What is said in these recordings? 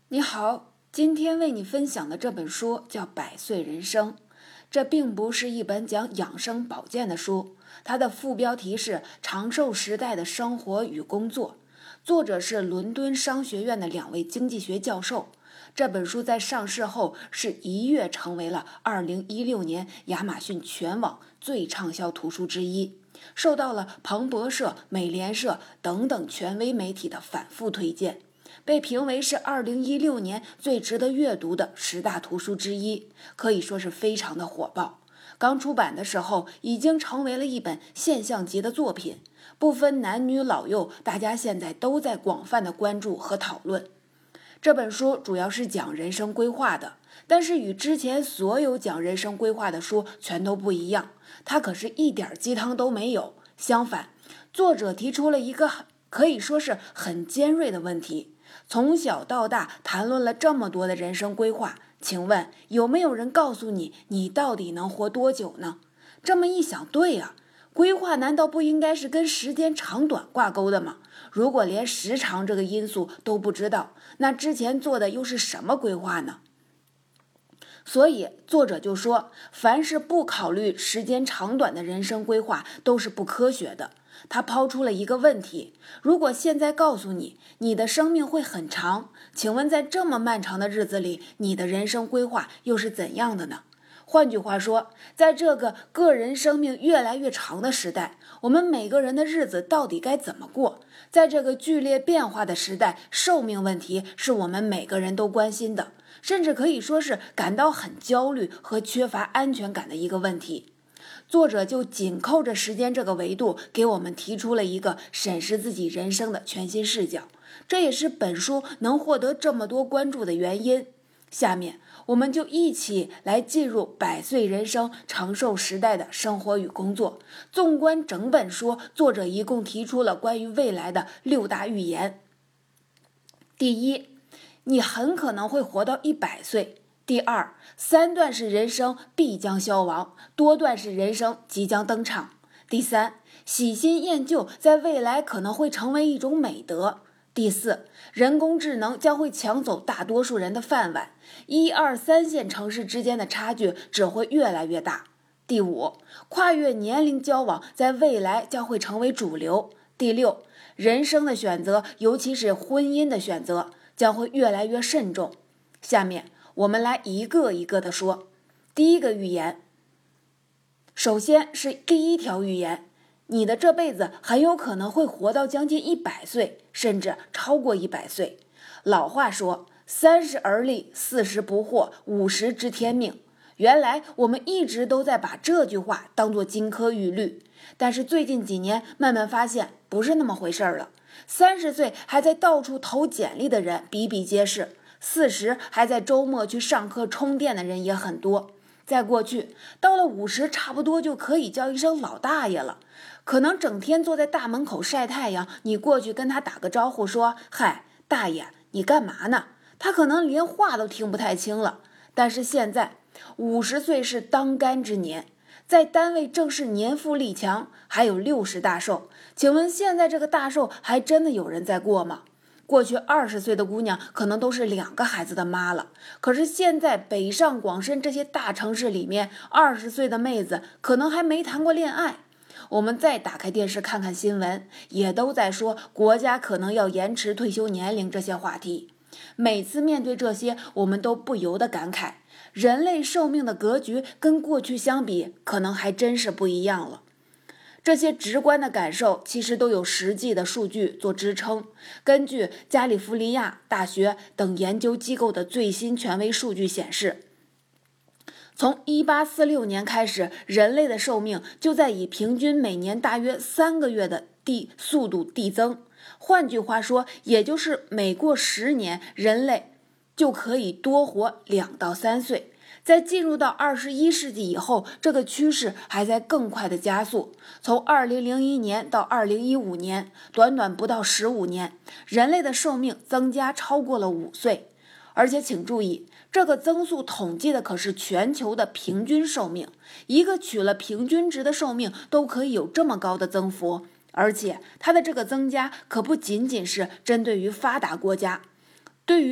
你好，今天为你分享的这本书叫《百岁人生》，这并不是一本讲养生保健的书，它的副标题是长寿时代的生活与工作，作者是伦敦商学院的2位经济学教授。这本书在上市后是一跃成为了2016年亚马逊全网最畅销图书之一，受到了彭博社、美联社等等权威媒体的反复推荐，被评为是2016年最值得阅读的10大图书之一，可以说是非常的火爆。刚出版的时候已经成为了一本现象级的作品，不分男女老幼，大家现在都在广泛的关注和讨论。这本书主要是讲人生规划的，但是与之前所有讲人生规划的书全都不一样，它可是一点鸡汤都没有。相反，作者提出了一个可以说是很尖锐的问题：从小到大谈论了这么多的人生规划，请问有没有人告诉你，你到底能活多久呢？这么一想，对呀，规划难道不应该是跟时间长短挂钩的吗？如果连时长这个因素都不知道，那之前做的又是什么规划呢？所以作者就说，凡是不考虑时间长短的人生规划都是不科学的。他抛出了一个问题：如果现在告诉你，你的生命会很长，请问在这么漫长的日子里，你的人生规划又是怎样的呢？换句话说，在这个个人生命越来越长的时代，我们每个人的日子到底该怎么过？在这个剧烈变化的时代，寿命问题是我们每个人都关心的，甚至可以说是感到很焦虑和缺乏安全感的一个问题。作者就紧扣着时间这个维度，给我们提出了一个审视自己人生的全新视角，这也是本书能获得这么多关注的原因。下面我们就一起来进入百岁人生长寿时代的生活与工作。纵观整本书，作者一共提出了关于未来的6大预言。第一，你很可能会活到100岁。第二，3段式人生必将消亡，多段式人生即将登场。第三，喜新厌旧在未来可能会成为一种美德。第四，人工智能将会抢走大多数人的饭碗，1、2、3线城市之间的差距只会越来越大。第五，跨越年龄交往在未来将会成为主流。第六，人生的选择，尤其是婚姻的选择，将会越来越慎重。下面我们来一个一个的说。第一个预言，首先是第1条预言，你的这辈子很有可能会活到将近100岁，甚至超过100岁。老话说，30而立，40不惑，50知天命。原来我们一直都在把这句话当作金科玉律，但是最近几年慢慢发现不是那么回事了。30岁还在到处投简历的人比比皆是，40还在周末去上课充电的人也很多。在过去，到了50差不多就可以叫一声老大爷了，可能整天坐在大门口晒太阳，你过去跟他打个招呼说，嗨，大爷你干嘛呢？他可能连话都听不太清了。但是现在50岁是当干之年，在单位正是年富力强，还有60大寿。请问现在这个大寿还真的有人在过吗？过去20岁的姑娘可能都是2个孩子的妈了，可是现在北上广深这些大城市里面，20岁的妹子可能还没谈过恋爱。我们再打开电视看看新闻，也都在说国家可能要延迟退休年龄这些话题。每次面对这些，我们都不由得感慨，人类寿命的格局跟过去相比，可能还真是不一样了。这些直观的感受其实都有实际的数据做支撑。根据加利福尼亚大学等研究机构的最新权威数据显示，从1846年开始，人类的寿命就在以平均每年大约3个月的速度递增。换句话说，也就是每过10年，人类就可以多活2到3岁。在进入到21世纪以后，这个趋势还在更快的加速。从2001年到2015年，短短不到15年，人类的寿命增加超过了5岁。而且请注意，这个增速统计的可是全球的平均寿命，一个取了平均值的寿命都可以有这么高的增幅，而且它的这个增加可不仅仅是针对于发达国家，对于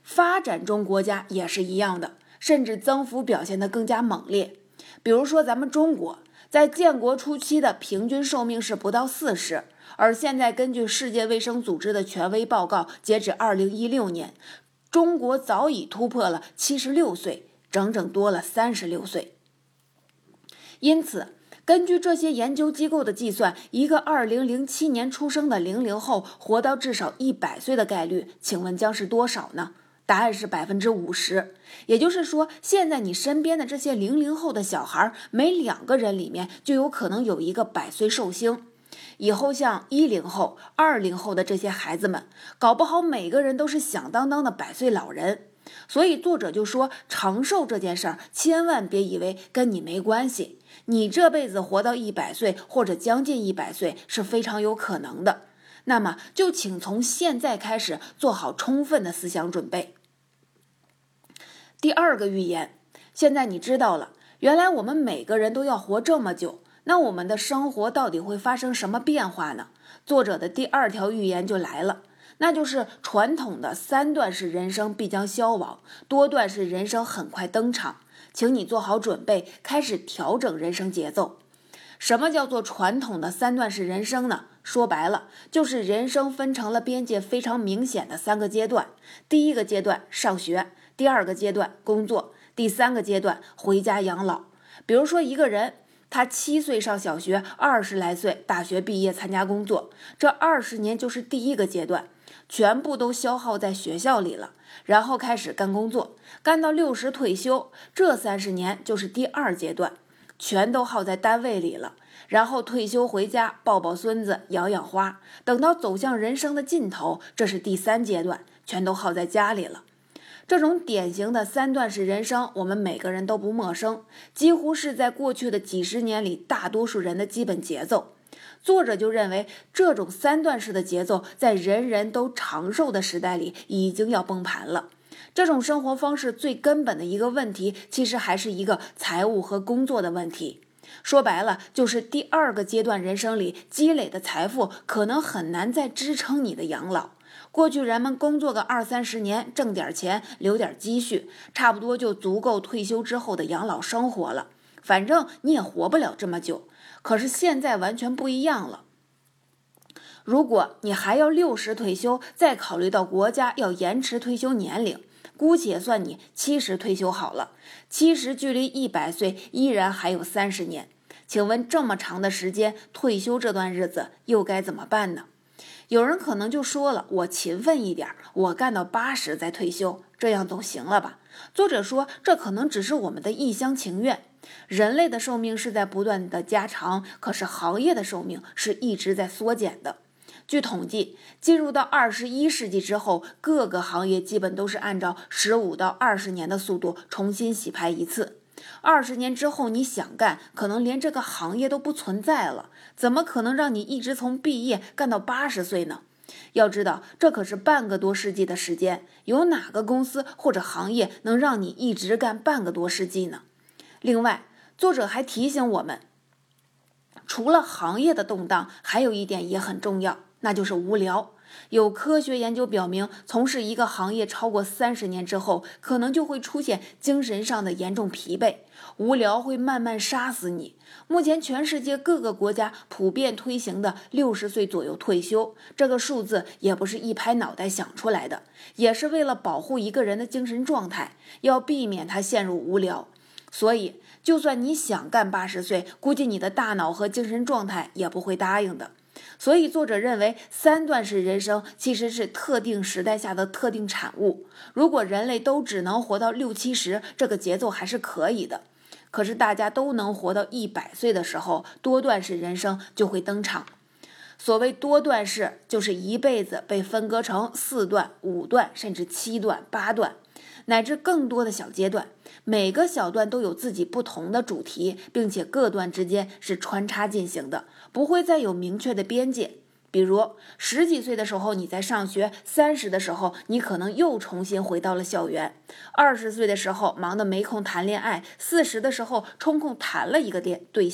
发展中国家也是一样的，甚至增幅表现得更加猛烈。比如说咱们中国，在建国初期的平均寿命是不到40，而现在根据世界卫生组织的权威报告，截止2016年，中国早已突破了76岁，整整多了36岁。因此，根据这些研究机构的计算，一个2007年出生的00后活到至少100岁的概率，请问将是多少呢？答案是50%。也就是说，现在你身边的这些00后的小孩，每2个人里面就有可能有一个100岁寿星。以后像10后、20后的这些孩子们，搞不好每个人都是响当当的100岁老人。所以作者就说，长寿这件事儿，千万别以为跟你没关系，你这辈子活到100岁或者将近100岁是非常有可能的。那么就请从现在开始做好充分的思想准备。第二个预言，现在你知道了，原来我们每个人都要活这么久，那我们的生活到底会发生什么变化呢？作者的第2条预言就来了，那就是传统的3段式人生必将消亡，多段式人生很快登场，请你做好准备，开始调整人生节奏。什么叫做传统的3段式人生呢？说白了，就是人生分成了边界非常明显的3个阶段。第一个阶段上学，第2个阶段工作，第3个阶段回家养老。比如说一个人，他7岁上小学，20来岁大学毕业参加工作，这20年就是第1个阶段，全部都消耗在学校里了，然后开始干工作，干到60退休，这30年就是第2阶段，全都耗在单位里了，然后退休回家抱抱孙子养养花，等到走向人生的尽头，这是第3阶段，全都耗在家里了。这种典型的3段式人生，我们每个人都不陌生，几乎是在过去的几十年里大多数人的基本节奏。作者就认为，这种3段式的节奏在人人都长寿的时代里已经要崩盘了。这种生活方式最根本的一个问题，其实还是一个财务和工作的问题。说白了，就是第2个阶段人生里积累的财富可能很难再支撑你的养老。过去人们工作个20-30年，挣点钱，留点积蓄，差不多就足够退休之后的养老生活了。反正你也活不了这么久。可是现在完全不一样了。如果你还要60退休，再考虑到国家要延迟退休年龄，姑且算你70退休好了。70距离100岁依然还有30年。请问这么长的时间，退休这段日子又该怎么办呢？有人可能就说了，我勤奋一点，我干到80再退休，这样总行了吧？作者说，这可能只是我们的一厢情愿。人类的寿命是在不断的加长，可是行业的寿命是一直在缩减的。据统计，进入到21世纪之后，各个行业基本都是按照15到20年的速度重新洗牌一次。20年之后你想干，可能连这个行业都不存在了，怎么可能让你一直从毕业干到80岁呢？要知道，这可是半个多世纪的时间，有哪个公司或者行业能让你一直干半个多世纪呢？另外，作者还提醒我们，除了行业的动荡，还有一点也很重要，那就是无聊。有科学研究表明，从事一个行业超过30年之后，可能就会出现精神上的严重疲惫，无聊会慢慢杀死你。目前全世界各个国家普遍推行的60岁左右退休，这个数字也不是一拍脑袋想出来的，也是为了保护一个人的精神状态，要避免他陷入无聊。所以，就算你想干80岁，估计你的大脑和精神状态也不会答应的。所以作者认为3段式人生其实是特定时代下的特定产物。如果人类都只能活到60-70，这个节奏还是可以的。可是大家都能活到100岁的时候，多段式人生就会登场。所谓多段式，就是一辈子被分割成4段、5段，甚至7段、8段，乃至更多的小阶段。每个小段都有自己不同的主题，并且各段之间是穿插进行的，不会再有明确的边界。比如10几岁的时候你在上学，30的时候你可能又重新回到了校园，20岁的时候忙得没空谈恋爱，40的时候抽空谈了一个对象。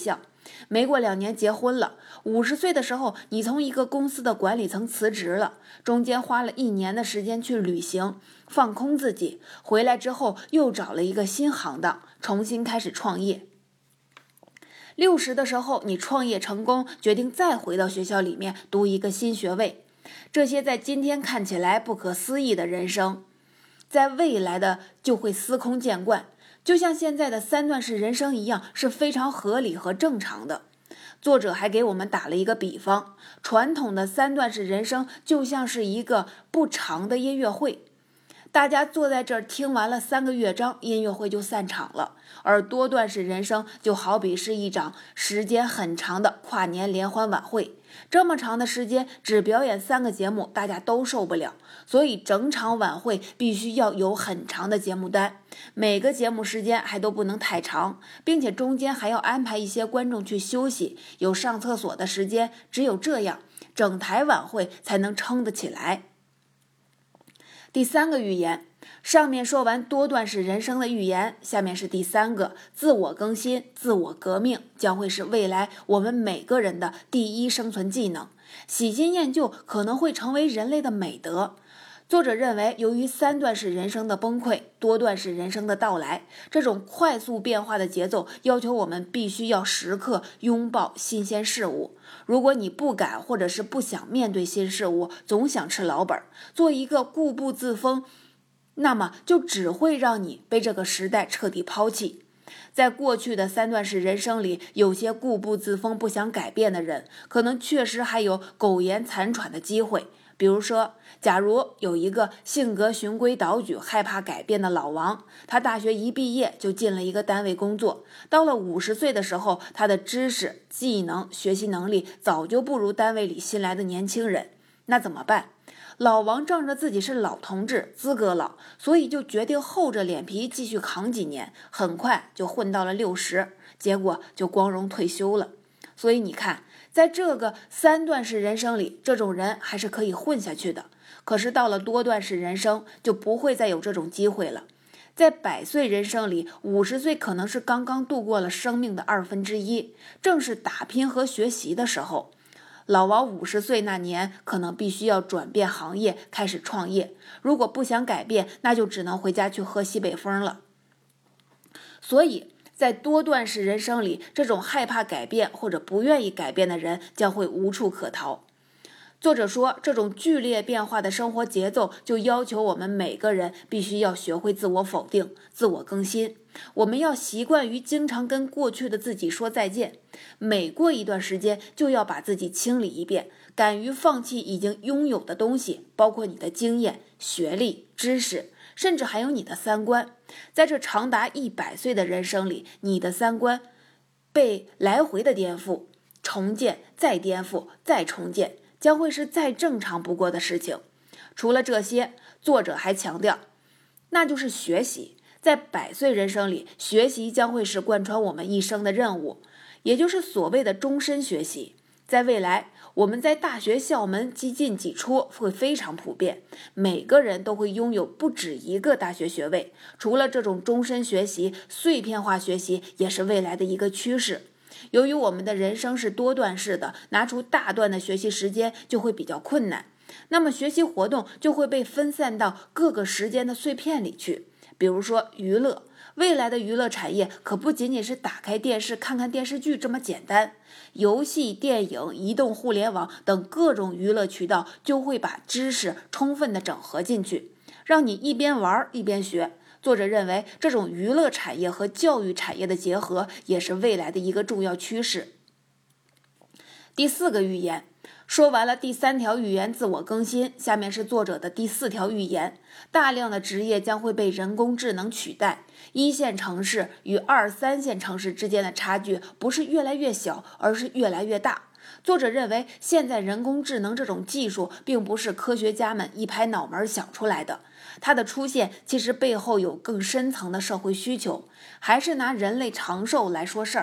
没过2年结婚了，50岁的时候你从一个公司的管理层辞职了，中间花了1年的时间去旅行，放空自己，回来之后又找了一个新行当，重新开始创业。60的时候你创业成功，决定再回到学校里面读一个新学位。这些在今天看起来不可思议的人生，在未来的就会司空见惯，就像现在的3段式人生一样，是非常合理和正常的。作者还给我们打了一个比方，传统的3段式人生就像是一个不长的音乐会，大家坐在这儿听完了3个乐章，音乐会就散场了。而多段式人生就好比是一场时间很长的跨年联欢晚会，这么长的时间只表演3个节目，大家都受不了，所以整场晚会必须要有很长的节目单，每个节目时间还都不能太长，并且中间还要安排一些观众去休息，有上厕所的时间，只有这样整台晚会才能撑得起来。第3个预言，上面说完多段式人生的预言，下面是第3个，自我更新、自我革命将会是未来我们每个人的第一生存技能，喜新厌旧可能会成为人类的美德。作者认为，由于3段式人生的崩溃，多段式人生的到来，这种快速变化的节奏要求我们必须要时刻拥抱新鲜事物。如果你不敢或者是不想面对新事物，总想吃老本，做一个固步自封，那么就只会让你被这个时代彻底抛弃。在过去的3段式人生里，有些固步自封不想改变的人，可能确实还有苟延残喘的机会。比如说，假如有一个性格循规蹈矩、害怕改变的老王，他大学一毕业就进了一个单位工作，到了50岁的时候，他的知识、技能、学习能力早就不如单位里新来的年轻人，那怎么办？老王仗着自己是老同志，资格老，所以就决定厚着脸皮继续扛几年，很快就混到了60，结果就光荣退休了。所以你看，在这个3段式人生里，这种人还是可以混下去的。可是到了多段式人生，就不会再有这种机会了。在100岁人生里，50岁可能是刚刚度过了生命的1/2，正是打拼和学习的时候。老王50岁那年，可能必须要转变行业，开始创业。如果不想改变，那就只能回家去喝西北风了。所以在多段式人生里，这种害怕改变或者不愿意改变的人将会无处可逃。作者说，这种剧烈变化的生活节奏就要求我们每个人必须要学会自我否定、自我更新。我们要习惯于经常跟过去的自己说再见，每过一段时间就要把自己清理一遍，敢于放弃已经拥有的东西，包括你的经验、学历、知识，甚至还有你的3观。在这长达100岁的人生里，你的3观被来回的颠覆、重建、再颠覆、再重建，将会是再正常不过的事情。除了这些，作者还强调，那就是学习。在100岁人生里，学习将会是贯穿我们一生的任务，也就是所谓的终身学习。在未来，我们在大学校门几进几出会非常普遍，每个人都会拥有不止一个大学学位。除了这种终身学习，碎片化学习也是未来的一个趋势。由于我们的人生是多段式的，拿出大段的学习时间就会比较困难，那么学习活动就会被分散到各个时间的碎片里去。比如说娱乐，未来的娱乐产业可不仅仅是打开电视看看电视剧这么简单，游戏、电影、移动互联网等各种娱乐渠道就会把知识充分的整合进去，让你一边玩一边学。作者认为，这种娱乐产业和教育产业的结合也是未来的一个重要趋势。第4个预言，说完了第3条预言自我更新，下面是作者的第4条预言，大量的职业将会被人工智能取代，1线城市与2、3线城市之间的差距不是越来越小，而是越来越大。作者认为，现在人工智能这种技术并不是科学家们一拍脑门想出来的，它的出现其实背后有更深层的社会需求。还是拿人类长寿来说事儿，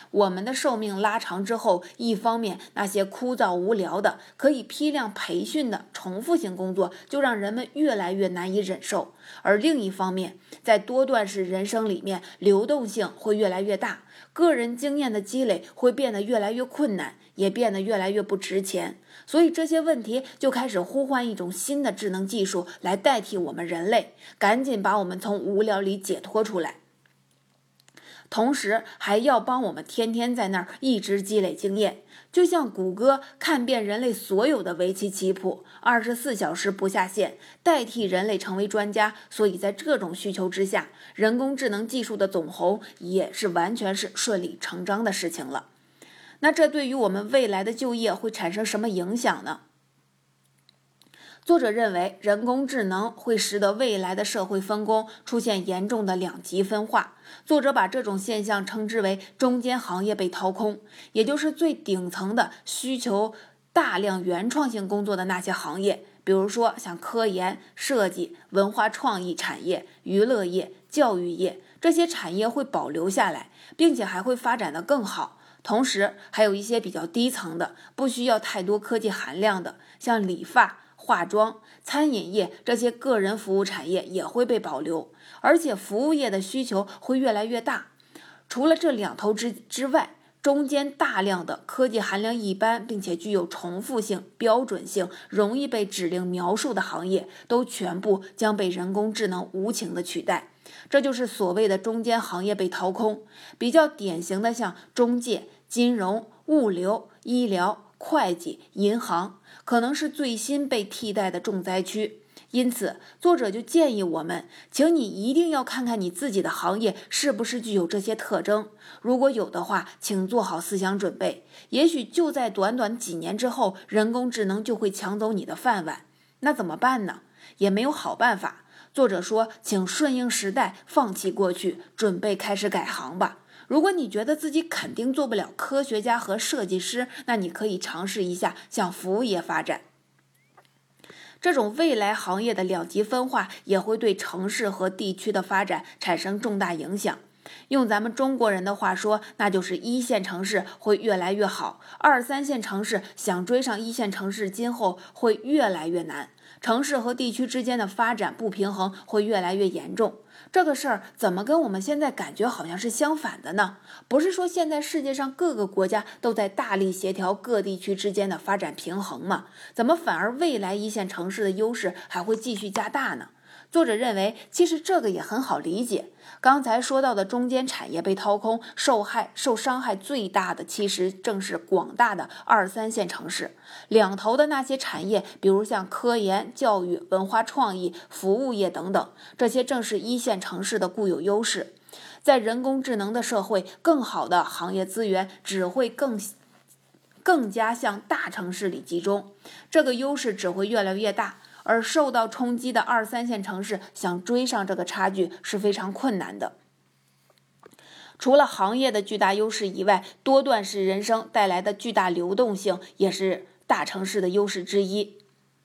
我们的寿命拉长之后，一方面那些枯燥无聊的、可以批量培训的重复性工作就让人们越来越难以忍受，而另一方面，在多段式人生里面，流动性会越来越大，个人经验的积累会变得越来越困难，也变得越来越不值钱。所以这些问题就开始呼唤一种新的智能技术来代替我们人类，赶紧把我们从无聊里解脱出来。同时还要帮我们天天在那儿一直积累经验，就像谷歌看遍人类所有的围棋棋谱，24小时不下线，代替人类成为专家。所以在这种需求之下，人工智能技术的总红也是完全是顺理成章的事情了。那这对于我们未来的就业会产生什么影响呢？作者认为，人工智能会使得未来的社会分工出现严重的两极分化。作者把这种现象称之为中间行业被掏空，也就是最顶层的需求大量原创性工作的那些行业，比如说像科研、设计、文化创意产业、娱乐业、教育业，这些产业会保留下来，并且还会发展得更好。同时还有一些比较低层的，不需要太多科技含量的，像理发、化妆、餐饮业这些个人服务产业也会被保留，而且服务业的需求会越来越大。除了这两头之外，中间大量的科技含量一般并且具有重复性、标准性、容易被指令描述的行业，都全部将被人工智能无情的取代。这就是所谓的中间行业被掏空。比较典型的像中介、金融、物流、医疗、会计、银行，可能是最新被替代的重灾区。因此，作者就建议我们，请你一定要看看你自己的行业是不是具有这些特征。如果有的话，请做好思想准备。也许就在短短几年之后，人工智能就会抢走你的饭碗。那怎么办呢？也没有好办法。作者说，请顺应时代，放弃过去，准备开始改行吧。如果你觉得自己肯定做不了科学家和设计师，那你可以尝试一下向服务业发展。这种未来行业的两极分化也会对城市和地区的发展产生重大影响。用咱们中国人的话说，那就是一线城市会越来越好，2、3线城市想追上一线城市今后会越来越难，城市和地区之间的发展不平衡会越来越严重。这个事儿怎么跟我们现在感觉好像是相反的呢？不是说现在世界上各个国家都在大力协调各地区之间的发展平衡吗？怎么反而未来一线城市的优势还会继续加大呢？作者认为，其实这个也很好理解。刚才说到的中间产业被掏空，受伤害最大的其实正是广大的2、3线城市。两头的那些产业，比如像科研、教育、文化创意、服务业等等，这些正是一线城市的固有优势。在人工智能的社会，更好的行业资源只会更加向大城市里集中，这个优势只会越来越大。而受到冲击的2、3线城市想追上这个差距是非常困难的。除了行业的巨大优势以外，多段式人生带来的巨大流动性也是大城市的优势之一。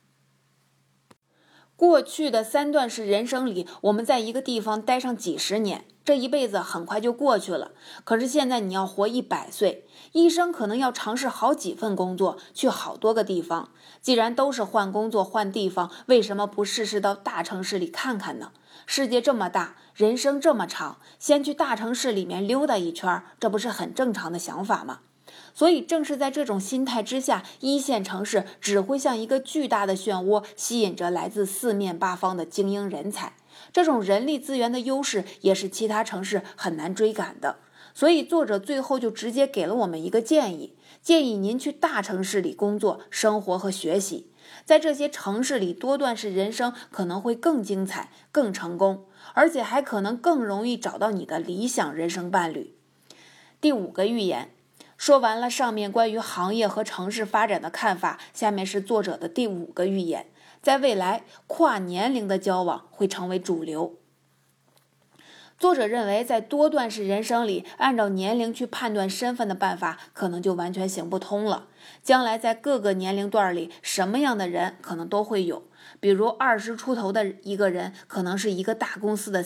过去的3段式人生里，我们在一个地方待上几十年，这一辈子很快就过去了。可是现在你要活100岁，一生可能要尝试好几份工作，去好多个地方。既然都是换工作换地方，为什么不试试到大城市里看看呢？世界这么大，人生这么长，先去大城市里面溜达一圈，这不是很正常的想法吗？所以正是在这种心态之下，一线城市只会像一个巨大的漩涡，吸引着来自四面八方的精英人才。这种人力资源的优势也是其他城市很难追赶的。所以作者最后就直接给了我们一个建议您去大城市里工作、生活和学习。在这些城市里，多段式人生可能会更精彩、更成功，而且还可能更容易找到你的理想人生伴侣。第5个预言。说完了上面关于行业和城市发展的看法，下面是作者的第5个预言。在未来，跨年龄的交往会成为主流。 作者认为，在多段式人生里，按照年龄去判断身份的办法，可能就完全行不通了。将来在各个年龄段里，什么样的人可能都会有。比如20出头的一个人，可能是一个大公司的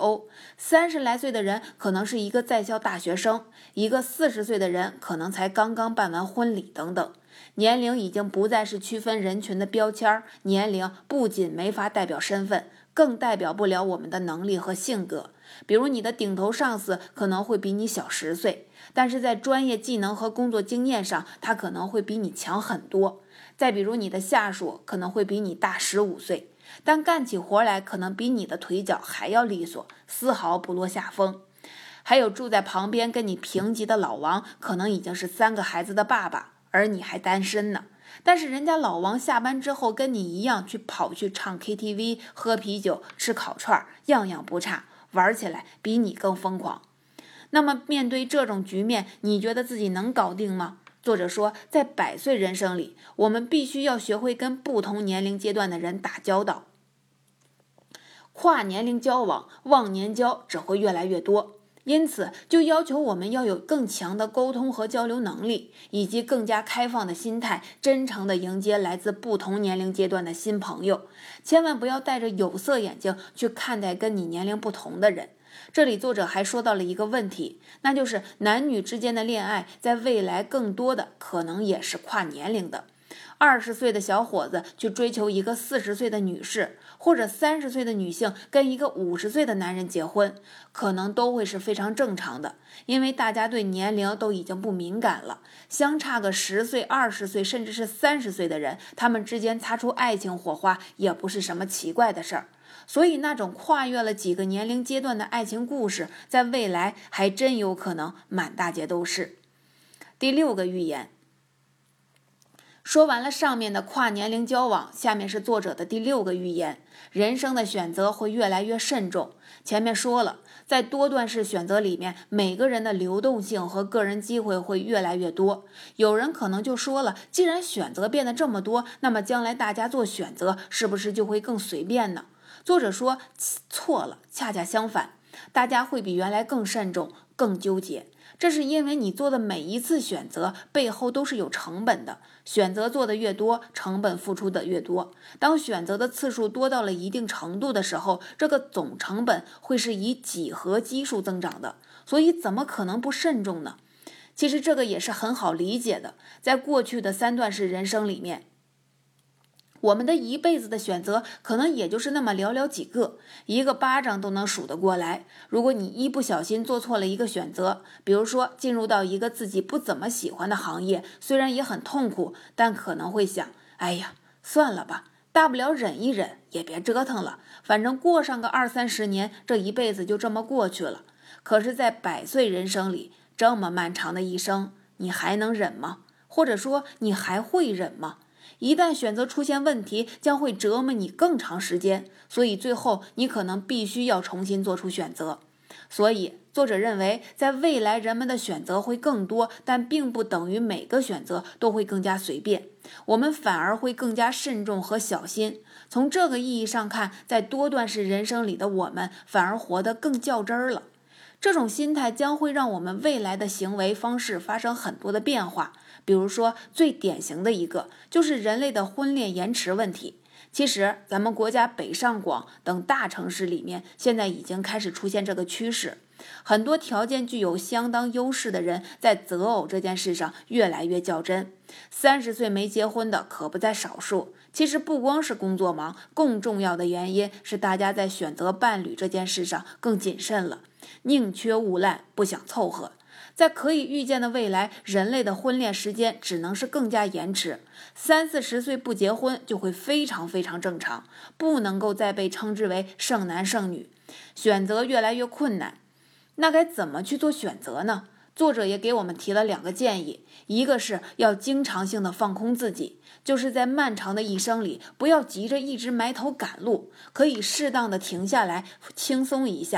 CEO；30来岁的人，可能是一个在校大学生；一个40岁的人，可能才刚刚办完婚礼等等。年龄已经不再是区分人群的标签，年龄不仅没法代表身份，更代表不了我们的能力和性格。比如你的顶头上司可能会比你小10岁，但是在专业技能和工作经验上，他可能会比你强很多。再比如你的下属可能会比你大15岁，但干起活来可能比你的腿脚还要利索，丝毫不落下风。还有住在旁边跟你平级的老王，可能已经是3个孩子的爸爸，而你还单身呢。但是人家老王下班之后跟你一样跑去唱 KTV、喝啤酒、吃烤串，样样不差，玩起来比你更疯狂。那么面对这种局面，你觉得自己能搞定吗？作者说，在百岁人生里，我们必须要学会跟不同年龄阶段的人打交道。跨年龄交往、忘年交只会越来越多，因此就要求我们要有更强的沟通和交流能力，以及更加开放的心态，真诚地迎接来自不同年龄阶段的新朋友。千万不要戴着有色眼镜去看待跟你年龄不同的人。这里作者还说到了一个问题，那就是男女之间的恋爱在未来更多的可能也是跨年龄的。20岁的小伙子去追求一个40岁的女士，或者30岁的女性跟一个50岁的男人结婚，可能都会是非常正常的，因为大家对年龄都已经不敏感了。相差个10岁、20岁，甚至是30岁的人，他们之间擦出爱情火花也不是什么奇怪的事儿。所以那种跨越了几个年龄阶段的爱情故事，在未来还真有可能满大街都是。第6个预言。说完了上面的跨年龄交往，下面是作者的第6个预言：人生的选择会越来越慎重。前面说了，在多段式选择里面，每个人的流动性和个人机会会越来越多。有人可能就说了，既然选择变得这么多，那么将来大家做选择是不是就会更随便呢？作者说错了，恰恰相反，大家会比原来更慎重、更纠结。这是因为你做的每一次选择背后都是有成本的，选择做的越多，成本付出的越多。当选择的次数多到了一定程度的时候，这个总成本会是以几何基数增长的，所以怎么可能不慎重呢？其实这个也是很好理解的，在过去的3段式人生里面，我们的一辈子的选择可能也就是那么寥寥几个，一个巴掌都能数得过来。如果你一不小心做错了一个选择，比如说进入到一个自己不怎么喜欢的行业，虽然也很痛苦，但可能会想，哎呀，算了吧，大不了忍一忍，也别折腾了，反正过上个20-30年，这一辈子就这么过去了。可是在100岁人生里，这么漫长的一生，你还能忍吗？或者说你还会忍吗？一旦选择出现问题，将会折磨你更长时间，所以最后你可能必须要重新做出选择。所以作者认为，在未来人们的选择会更多，但并不等于每个选择都会更加随便，我们反而会更加慎重和小心。从这个意义上看，在多段式人生里的我们反而活得更较真儿了。这种心态将会让我们未来的行为方式发生很多的变化，比如说最典型的一个就是人类的婚恋延迟问题。其实咱们国家北上广等大城市里面现在已经开始出现这个趋势，很多条件具有相当优势的人在择偶这件事上越来越较真，30岁没结婚的可不在少数。其实不光是工作忙，更重要的原因是大家在选择伴侣这件事上更谨慎了，宁缺毋滥，不想凑合。在可以预见的未来，人类的婚恋时间只能是更加延迟，30-40岁不结婚就会非常非常正常，不能够再被称之为剩男剩女，选择越来越困难。那该怎么去做选择呢？作者也给我们提了2个建议，一个是要经常性的放空自己，就是在漫长的一生里，不要急着一直埋头赶路，可以适当的停下来轻松一下，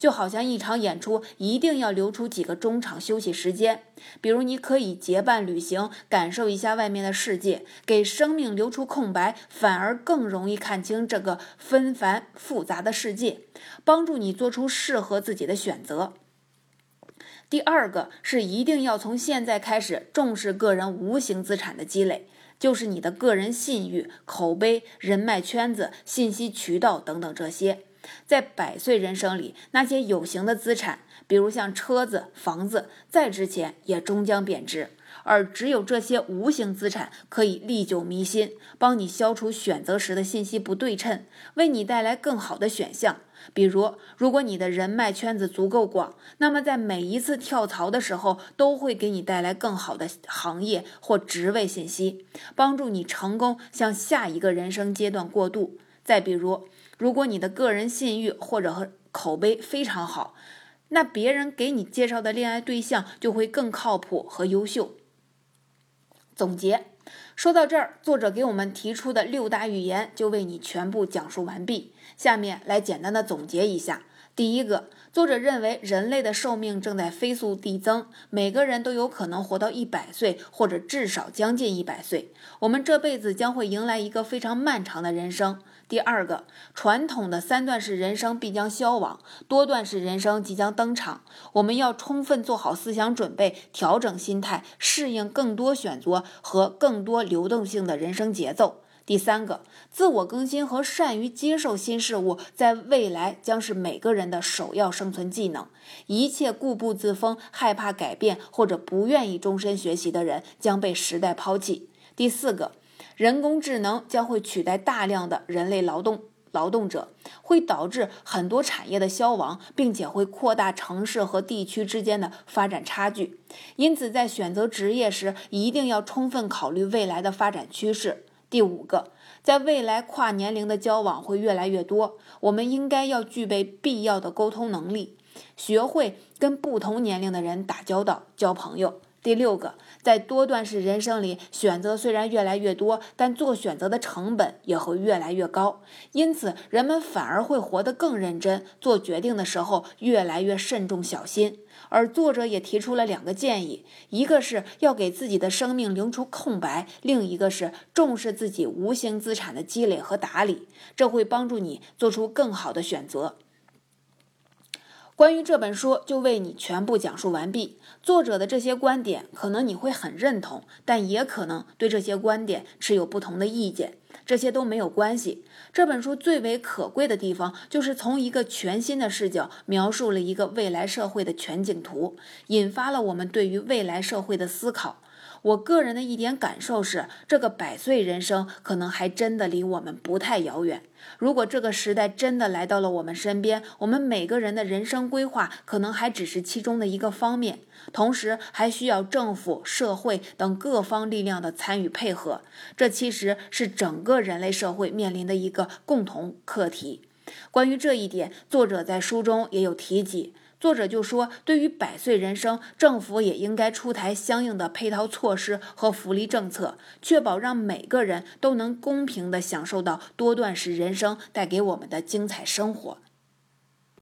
就好像一场演出一定要留出几个中场休息时间，比如你可以结伴旅行，感受一下外面的世界，给生命留出空白，反而更容易看清这个纷繁复杂的世界，帮助你做出适合自己的选择。第二个是一定要从现在开始重视个人无形资产的积累，就是你的个人信誉、口碑、人脉圈子、信息渠道等等这些。在百岁人生里，那些有形的资产，比如像车子、房子，再值钱也终将贬值，而只有这些无形资产可以历久弥新，帮你消除选择时的信息不对称，为你带来更好的选项。比如，如果你的人脉圈子足够广，那么在每一次跳槽的时候，都会给你带来更好的行业或职位信息，帮助你成功向下一个人生阶段过渡。再比如，如果你的个人信誉或者和口碑非常好，那别人给你介绍的恋爱对象就会更靠谱和优秀。总结说到这儿，作者给我们提出的6大预言就为你全部讲述完毕。下面来简单的总结一下。第一个，作者认为人类的寿命正在飞速递增，每个人都有可能活到100岁，或者至少将近100岁。我们这辈子将会迎来一个非常漫长的人生。第二个，传统的3段式人生必将消亡，多段式人生即将登场。我们要充分做好思想准备，调整心态，适应更多选择和更多流动性的人生节奏。第三个，自我更新和善于接受新事物，在未来将是每个人的首要生存技能。一切固步自封、害怕改变或者不愿意终身学习的人将被时代抛弃。第四个，人工智能将会取代大量的人类劳动者，会导致很多产业的消亡，并且会扩大城市和地区之间的发展差距。因此，在选择职业时，一定要充分考虑未来的发展趋势。第五个，在未来跨年龄的交往会越来越多，我们应该要具备必要的沟通能力，学会跟不同年龄的人打交道、交朋友。第六个，在多段式人生里，选择虽然越来越多，但做选择的成本也会越来越高，因此人们反而会活得更认真，做决定的时候越来越慎重小心。而作者也提出了2个建议，一个是要给自己的生命留出空白，另一个是重视自己无形资产的积累和打理，这会帮助你做出更好的选择。关于这本书就为你全部讲述完毕。作者的这些观点可能你会很认同，但也可能对这些观点持有不同的意见，这些都没有关系。这本书最为可贵的地方就是从一个全新的视角描述了一个未来社会的全景图，引发了我们对于未来社会的思考。我个人的一点感受是，这个100岁人生可能还真的离我们不太遥远。如果这个时代真的来到了我们身边，我们每个人的人生规划可能还只是其中的一个方面，同时还需要政府、社会等各方力量的参与配合。这其实是整个人类社会面临的一个共同课题。关于这一点，作者在书中也有提及。作者就说，对于100岁人生，政府也应该出台相应的配套措施和福利政策，确保让每个人都能公平地享受到多段式人生带给我们的精彩生活。